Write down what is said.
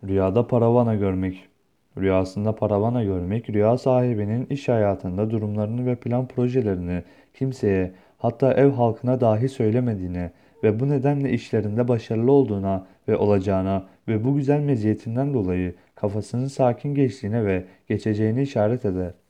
Rüyada paravana görmek. Rüyasında paravana görmek, rüya sahibinin iş hayatında durumlarını ve plan projelerini kimseye, hatta ev halkına dahi söylemediğine ve bu nedenle işlerinde başarılı olduğuna ve olacağına ve bu güzel meziyetinden dolayı kafasının sakin geçtiğine ve geçeceğine işaret eder.